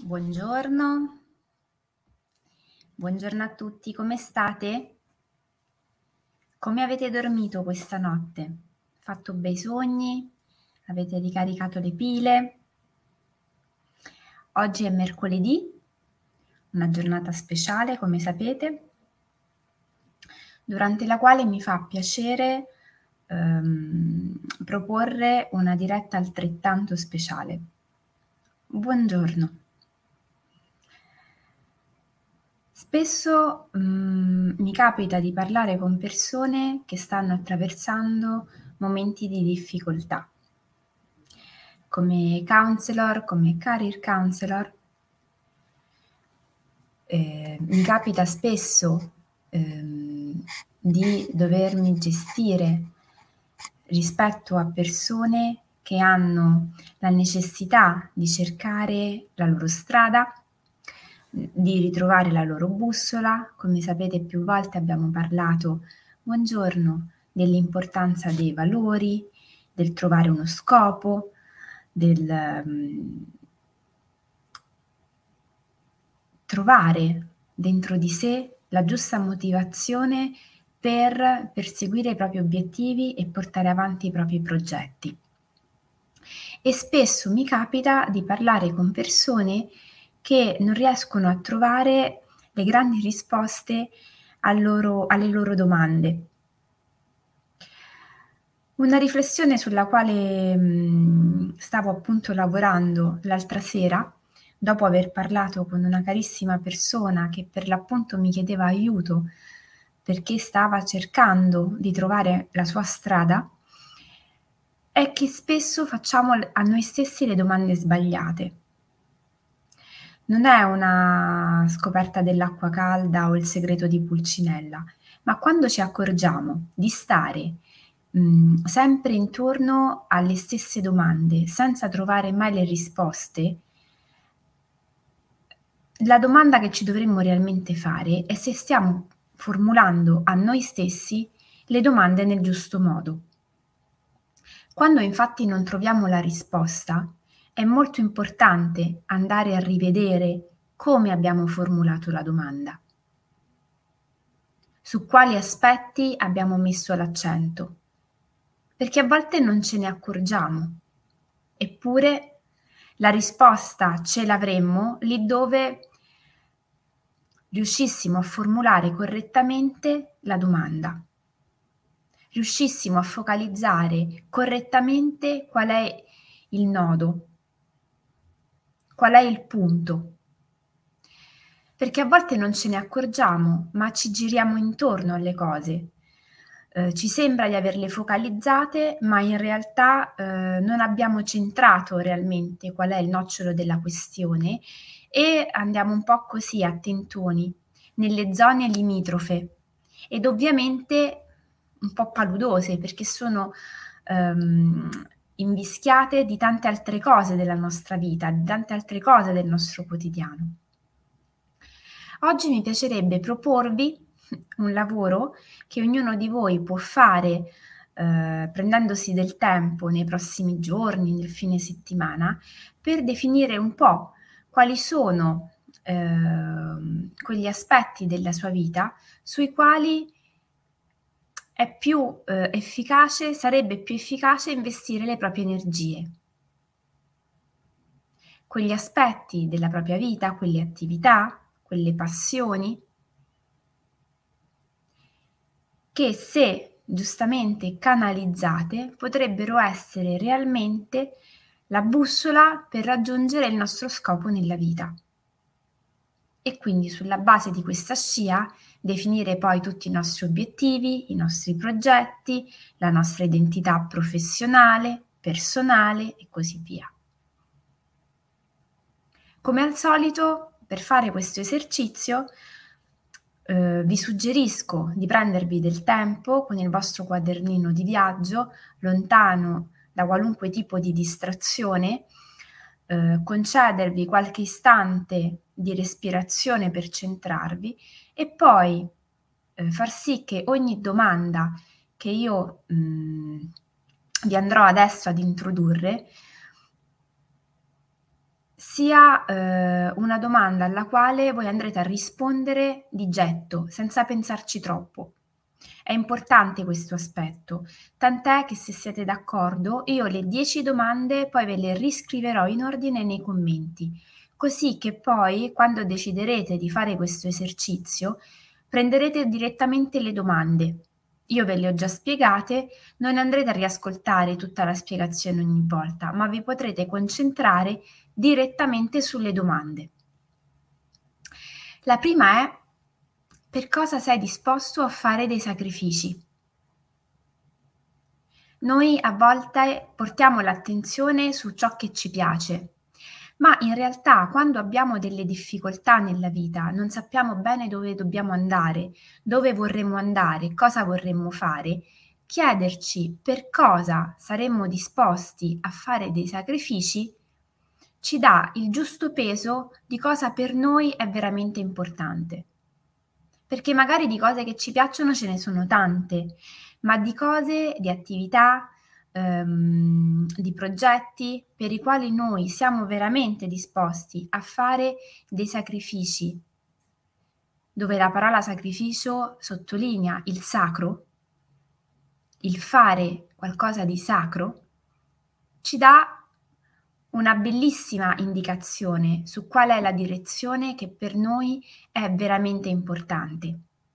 Buongiorno, buongiorno a tutti, come state? Come avete dormito questa notte? Fatto bei sogni? Avete ricaricato le pile? Oggi è mercoledì, una giornata speciale, come sapete, durante la quale mi fa piacere proporre una diretta altrettanto speciale. Buongiorno. Spesso mi capita di parlare con persone che stanno attraversando momenti di difficoltà. Come counselor, come career counselor, mi capita spesso di dovermi gestire rispetto a persone che hanno la necessità di cercare la loro strada, di ritrovare la loro bussola. Come sapete, più volte abbiamo parlato, buongiorno, dell'importanza dei valori, del trovare uno scopo, del trovare dentro di sé la giusta motivazione per perseguire i propri obiettivi e portare avanti i propri progetti. E spesso mi capita di parlare con persone che non riescono a trovare le grandi risposte alle loro domande. Una riflessione sulla quale stavo appunto lavorando l'altra sera, dopo aver parlato con una carissima persona che per l'appunto mi chiedeva aiuto perché stava cercando di trovare la sua strada, è che spesso facciamo a noi stessi le domande sbagliate. Non è una scoperta dell'acqua calda o il segreto di Pulcinella, ma quando ci accorgiamo di stare sempre intorno alle stesse domande, senza trovare mai le risposte, la domanda che ci dovremmo realmente fare è se stiamo formulando a noi stessi le domande nel giusto modo. Quando infatti non troviamo la risposta, è molto importante andare a rivedere come abbiamo formulato la domanda, su quali aspetti abbiamo messo l'accento, perché a volte non ce ne accorgiamo, eppure la risposta ce l'avremmo lì dove riuscissimo a formulare correttamente la domanda, riuscissimo a focalizzare correttamente qual è il nodo, qual è il punto. Perché a volte non ce ne accorgiamo, ma ci giriamo intorno alle cose. Ci sembra di averle focalizzate, ma in realtà non abbiamo centrato realmente qual è il nocciolo della questione e andiamo un po' così a tentoni nelle zone limitrofe ed ovviamente un po' paludose perché sono invischiate di tante altre cose della nostra vita, di tante altre cose del nostro quotidiano. Oggi mi piacerebbe proporvi un lavoro che ognuno di voi può fare, prendendosi del tempo nei prossimi giorni, nel fine settimana, per definire un po' quali sono, quegli aspetti della sua vita sui quali è più, sarebbe più efficace investire le proprie energie. Quegli aspetti della propria vita, quelle attività, quelle passioni che, se giustamente canalizzate, potrebbero essere realmente la bussola per raggiungere il nostro scopo nella vita. E quindi sulla base di questa scia definire poi tutti i nostri obiettivi, i nostri progetti, la nostra identità professionale, personale e così via. Come al solito, per fare questo esercizio, vi suggerisco di prendervi del tempo con il vostro quadernino di viaggio, lontano da qualunque tipo di distrazione, concedervi qualche istante di respirazione per centrarvi e poi far sì che ogni domanda che io vi andrò adesso ad introdurre sia una domanda alla quale voi andrete a rispondere di getto, senza pensarci troppo. È importante questo aspetto, tant'è che se siete d'accordo io le 10 domande poi ve le riscriverò in ordine nei commenti, così che poi quando deciderete di fare questo esercizio prenderete direttamente le domande. Io ve le ho già spiegate, non andrete a riascoltare tutta la spiegazione ogni volta, ma vi potrete concentrare direttamente sulle domande. La prima è: per cosa sei disposto a fare dei sacrifici? Noi a volte portiamo l'attenzione su ciò che ci piace, ma in realtà quando abbiamo delle difficoltà nella vita, non sappiamo bene dove dobbiamo andare, dove vorremmo andare, cosa vorremmo fare, chiederci per cosa saremmo disposti a fare dei sacrifici ci dà il giusto peso di cosa per noi è veramente importante. Perché magari di cose che ci piacciono ce ne sono tante, ma di cose, di attività, di progetti per i quali noi siamo veramente disposti a fare dei sacrifici, dove la parola sacrificio sottolinea il sacro, il fare qualcosa di sacro, ci dà una bellissima indicazione su qual è la direzione che per noi è veramente importante.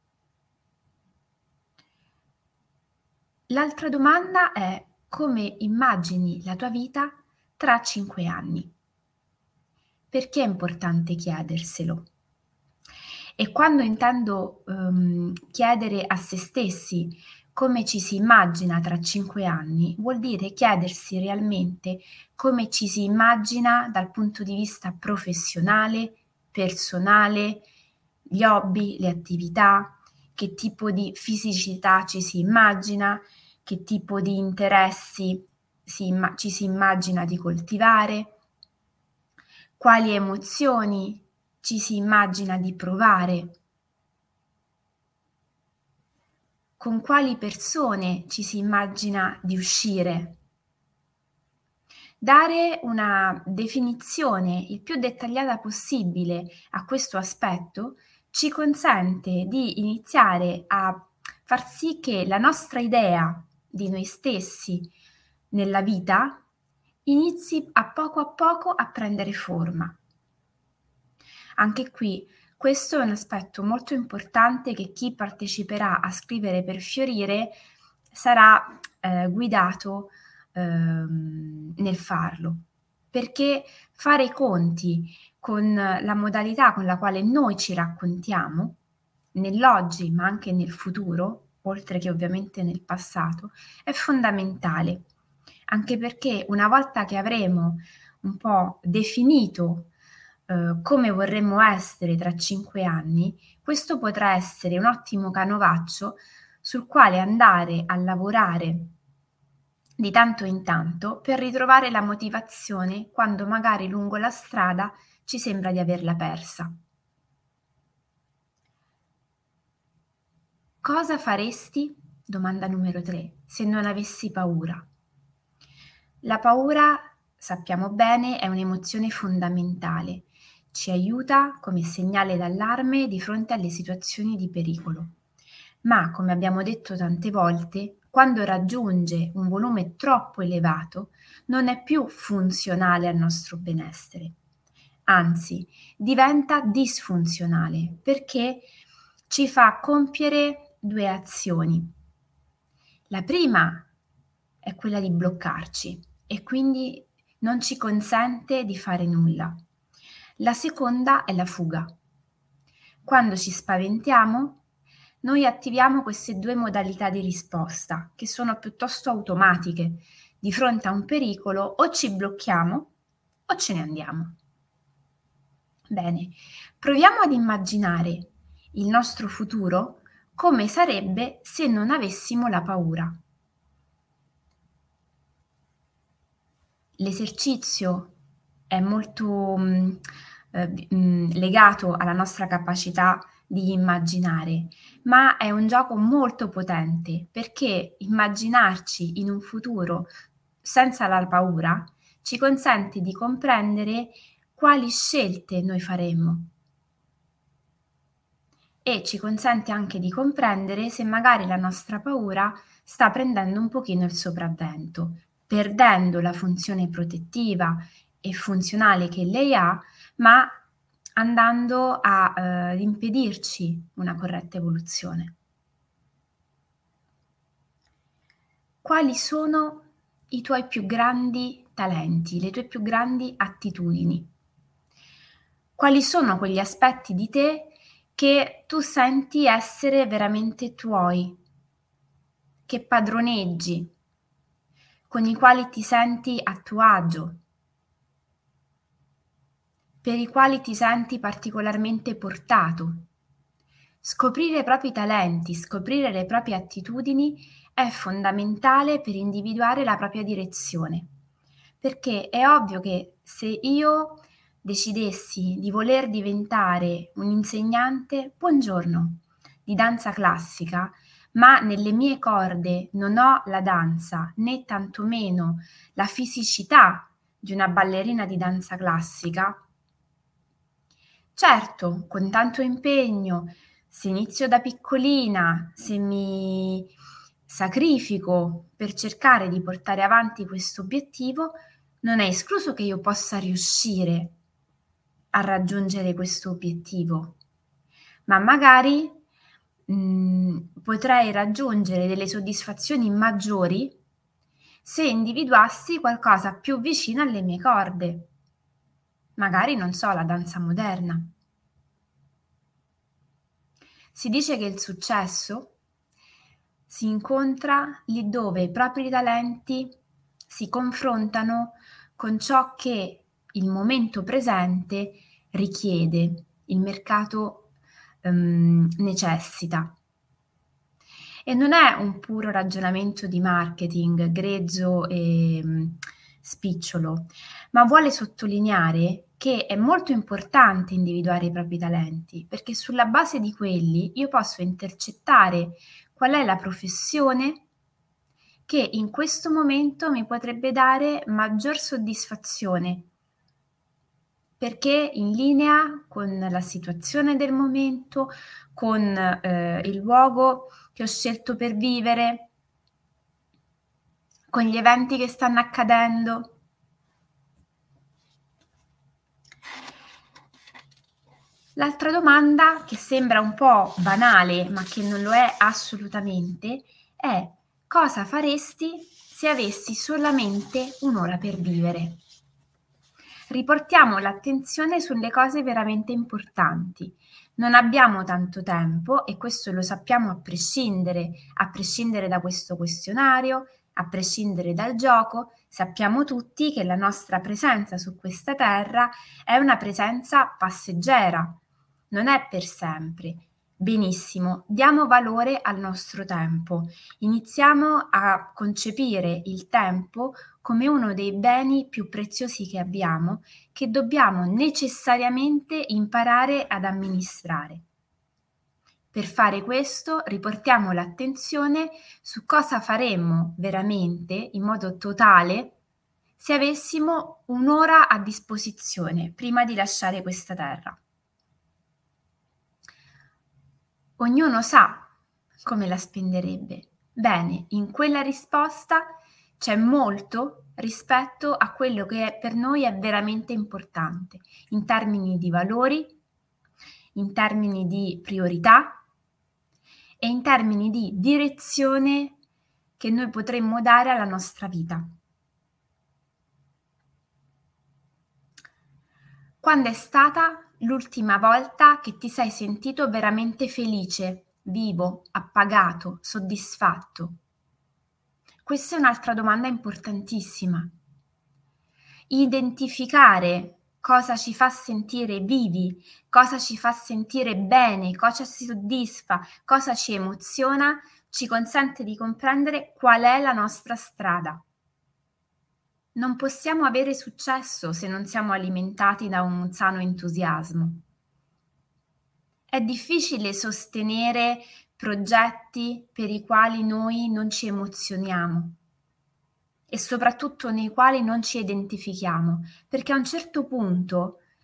L'altra domanda è: come immagini la tua vita tra 5 anni? Perché è importante chiederselo? E quando intendo chiedere a se stessi come ci si immagina tra 5 anni, vuol dire chiedersi realmente come ci si immagina dal punto di vista professionale, personale, gli hobby, le attività, che tipo di fisicità ci si immagina, che tipo di interessi ci si immagina di coltivare, quali emozioni ci si immagina di provare, con quali persone ci si immagina di uscire. Dare una definizione il più dettagliata possibile a questo aspetto ci consente di iniziare a far sì che la nostra idea di noi stessi nella vita inizi a poco a prendere forma. Anche qui, questo è un aspetto molto importante che chi parteciperà a Scrivere per Fiorire sarà guidato nel farlo, perché fare i conti con la modalità con la quale noi ci raccontiamo, nell'oggi ma anche nel futuro, oltre che ovviamente nel passato, è fondamentale, anche perché una volta che avremo un po' definito come vorremmo essere tra 5 anni, questo potrà essere un ottimo canovaccio sul quale andare a lavorare di tanto in tanto per ritrovare la motivazione quando magari lungo la strada ci sembra di averla persa. Cosa faresti, domanda numero 3, se non avessi paura? La paura, sappiamo bene, è un'emozione fondamentale. Ci aiuta come segnale d'allarme di fronte alle situazioni di pericolo. Ma, come abbiamo detto tante volte, quando raggiunge un volume troppo elevato, non è più funzionale al nostro benessere. Anzi, diventa disfunzionale perché ci fa compiere 2 azioni. La prima è quella di bloccarci e quindi non ci consente di fare nulla. La seconda è la fuga. Quando ci spaventiamo, noi attiviamo queste 2 modalità di risposta, che sono piuttosto automatiche. Di fronte a un pericolo o ci blocchiamo o ce ne andiamo. Bene, proviamo ad immaginare il nostro futuro come sarebbe se non avessimo la paura. L'esercizio è molto legato alla nostra capacità di immaginare, ma è un gioco molto potente perché immaginarci in un futuro senza la paura ci consente di comprendere quali scelte noi faremmo. E ci consente anche di comprendere se magari la nostra paura sta prendendo un pochino il sopravvento, perdendo la funzione protettiva e funzionale che lei ha, ma andando a impedirci una corretta evoluzione. Quali sono i tuoi più grandi talenti, le tue più grandi attitudini? Quali sono quegli aspetti di te che tu senti essere veramente tuoi, che padroneggi, con i quali ti senti a tuo agio, per i quali ti senti particolarmente portato? Scoprire i propri talenti, scoprire le proprie attitudini è fondamentale per individuare la propria direzione, perché è ovvio che se io decidessi di voler diventare un insegnante, buongiorno, di danza classica, ma nelle mie corde non ho la danza, né tantomeno la fisicità di una ballerina di danza classica, certo, con tanto impegno, se inizio da piccolina, se mi sacrifico per cercare di portare avanti questo obiettivo, non è escluso che io possa riuscire a raggiungere questo obiettivo, ma magari potrei raggiungere delle soddisfazioni maggiori se individuassi qualcosa più vicino alle mie corde, magari non so, la danza moderna. Si dice che il successo si incontra lì dove i propri talenti si confrontano con ciò che il momento presente richiede, il mercato necessita. E non è un puro ragionamento di marketing grezzo e spicciolo, ma vuole sottolineare che è molto importante individuare i propri talenti, perché sulla base di quelli io posso intercettare qual è la professione che in questo momento mi potrebbe dare maggior soddisfazione, perché in linea con la situazione del momento, con il luogo che ho scelto per vivere, con gli eventi che stanno accadendo. L'altra domanda, che sembra un po' banale, ma che non lo è assolutamente, è: cosa faresti se avessi solamente un'ora per vivere? Riportiamo l'attenzione sulle cose veramente importanti. Non abbiamo tanto tempo e questo lo sappiamo a prescindere da questo questionario, a prescindere dal gioco, sappiamo tutti che la nostra presenza su questa terra è una presenza passeggera, non è per sempre. Benissimo, diamo valore al nostro tempo. Iniziamo a concepire il tempo come uno dei beni più preziosi che abbiamo, che dobbiamo necessariamente imparare ad amministrare. Per fare questo riportiamo l'attenzione su cosa faremmo veramente, in modo totale, se avessimo un'ora a disposizione prima di lasciare questa terra. Ognuno sa come la spenderebbe. Bene, in quella risposta c'è molto rispetto a quello che per noi è veramente importante, in termini di valori, in termini di priorità e in termini di direzione che noi potremmo dare alla nostra vita. Quando è stata l'ultima volta che ti sei sentito veramente felice, vivo, appagato, soddisfatto? Questa è un'altra domanda importantissima. Identificare cosa ci fa sentire vivi, cosa ci fa sentire bene, cosa ci soddisfa, cosa ci emoziona, ci consente di comprendere qual è la nostra strada. Non possiamo avere successo se non siamo alimentati da un sano entusiasmo. È difficile sostenere progetti per i quali noi non ci emozioniamo e soprattutto nei quali non ci identifichiamo, perché a un certo punto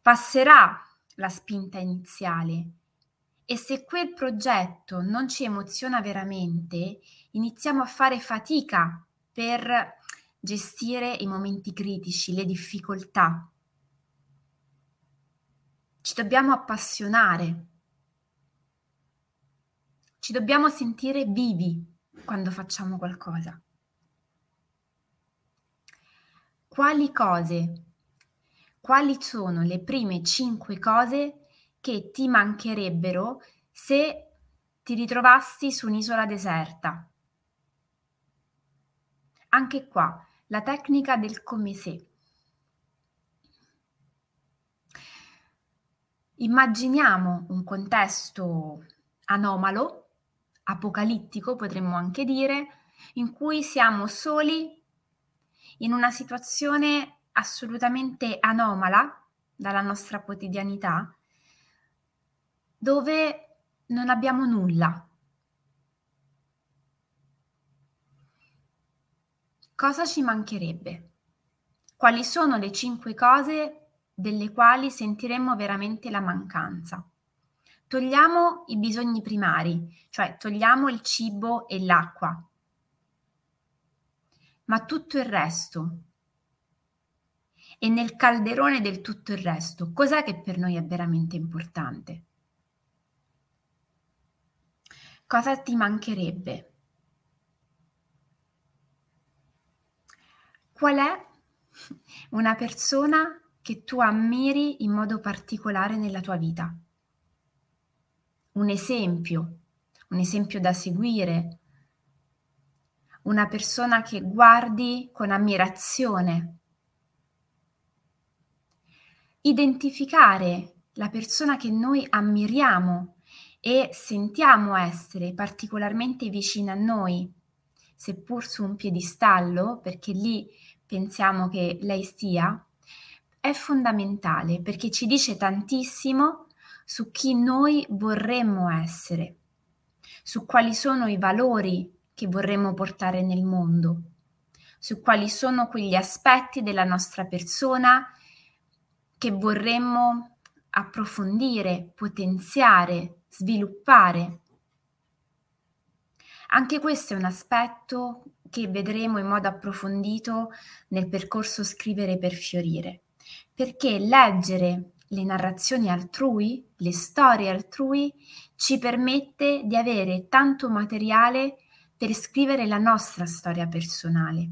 passerà la spinta iniziale e se quel progetto non ci emoziona veramente, iniziamo a fare fatica per gestire i momenti critici, le difficoltà. Ci dobbiamo appassionare, ci dobbiamo sentire vivi quando facciamo qualcosa. Quali sono le prime 5 cose che ti mancherebbero se ti ritrovassi su un'isola deserta? Anche qua, la tecnica del come se. Immaginiamo un contesto anomalo, apocalittico potremmo anche dire, in cui siamo soli in una situazione assolutamente anomala dalla nostra quotidianità, dove non abbiamo nulla. Cosa ci mancherebbe? Quali sono le 5 cose delle quali sentiremmo veramente la mancanza? Togliamo i bisogni primari, cioè togliamo il cibo e l'acqua, ma tutto il resto. E nel calderone del tutto il resto, cos'è che per noi è veramente importante? Cosa ti mancherebbe? Qual è una persona che tu ammiri in modo particolare nella tua vita? Un esempio da seguire, una persona che guardi con ammirazione. Identificare la persona che noi ammiriamo e sentiamo essere particolarmente vicina a noi, seppur su un piedistallo, perché lì pensiamo che lei stia, è fondamentale perché ci dice tantissimo su chi noi vorremmo essere, su quali sono i valori che vorremmo portare nel mondo, su quali sono quegli aspetti della nostra persona che vorremmo approfondire, potenziare, sviluppare. Anche questo è un aspetto che vedremo in modo approfondito nel percorso Scrivere per fiorire, perché leggere le narrazioni altrui, le storie altrui, ci permette di avere tanto materiale per scrivere la nostra storia personale.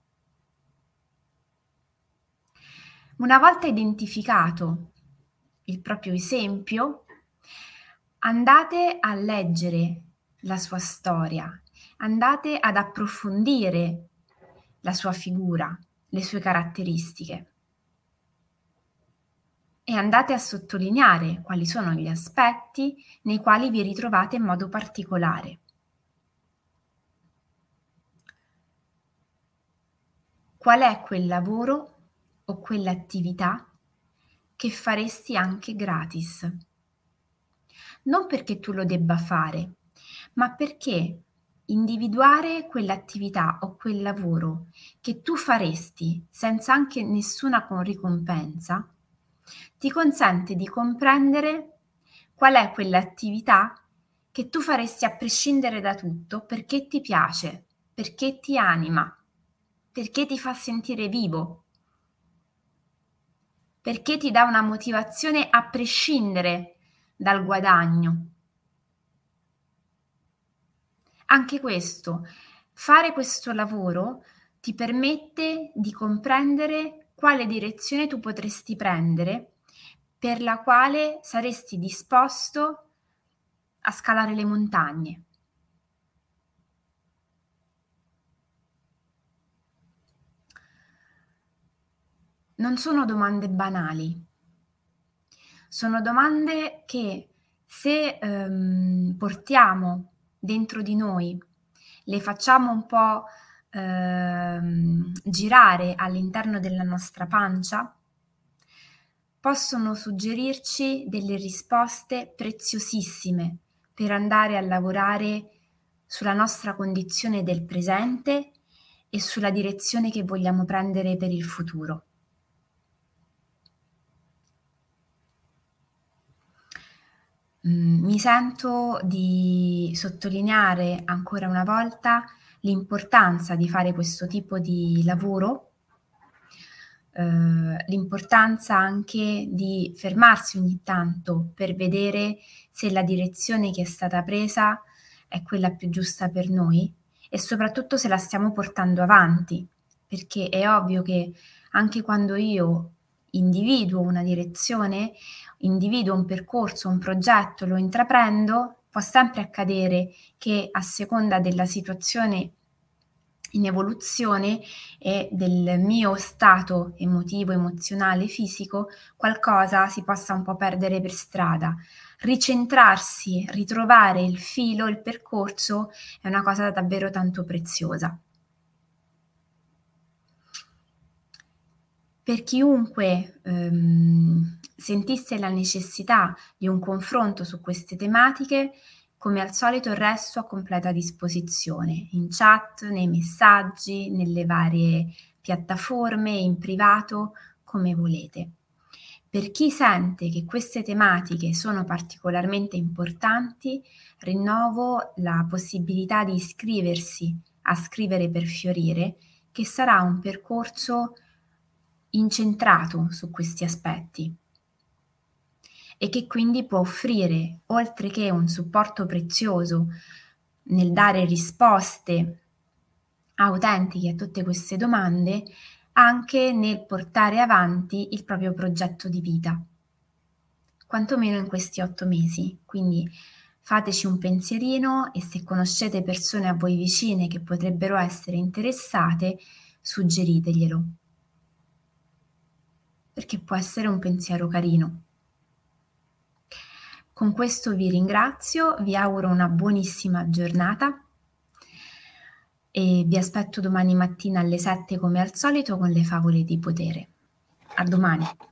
Una volta identificato il proprio esempio, andate a leggere la sua storia, andate ad approfondire la sua figura, le sue caratteristiche e andate a sottolineare quali sono gli aspetti nei quali vi ritrovate in modo particolare. Qual è quel lavoro o quell'attività che faresti anche gratis? Non perché tu lo debba fare, ma perché individuare quell'attività o quel lavoro che tu faresti senza anche nessuna ricompensa ti consente di comprendere qual è quell'attività che tu faresti a prescindere da tutto perché ti piace, perché ti anima, perché ti fa sentire vivo, perché ti dà una motivazione a prescindere dal guadagno. Anche questo, fare questo lavoro ti permette di comprendere quale direzione tu potresti prendere, per la quale saresti disposto a scalare le montagne. Non sono domande banali, sono domande che se portiamo dentro di noi, le facciamo un po' girare all'interno della nostra pancia, possono suggerirci delle risposte preziosissime per andare a lavorare sulla nostra condizione del presente e sulla direzione che vogliamo prendere per il futuro. Mi sento di sottolineare ancora una volta l'importanza di fare questo tipo di lavoro, l'importanza anche di fermarsi ogni tanto per vedere se la direzione che è stata presa è quella più giusta per noi e soprattutto se la stiamo portando avanti, perché è ovvio che anche quando io individuo una direzione, individuo un percorso, un progetto, lo intraprendo, può sempre accadere che a seconda della situazione in evoluzione e del mio stato emotivo, emozionale, fisico, qualcosa si possa un po' perdere per strada. Ricentrarsi, ritrovare il filo, il percorso è una cosa davvero tanto preziosa. Per chiunque, sentisse la necessità di un confronto su queste tematiche, come al solito resto a completa disposizione, in chat, nei messaggi, nelle varie piattaforme, in privato, come volete. Per chi sente che queste tematiche sono particolarmente importanti, rinnovo la possibilità di iscriversi a Scrivere per Fiorire, che sarà un percorso incentrato su questi aspetti e che quindi può offrire, oltre che un supporto prezioso nel dare risposte autentiche a tutte queste domande, anche nel portare avanti il proprio progetto di vita, quantomeno in questi 8 mesi. Quindi fateci un pensierino e se conoscete persone a voi vicine che potrebbero essere interessate, suggeriteglielo, perché può essere un pensiero carino. Con questo vi ringrazio, vi auguro una buonissima giornata e vi aspetto domani mattina alle 7 come al solito con le favole di potere. A domani.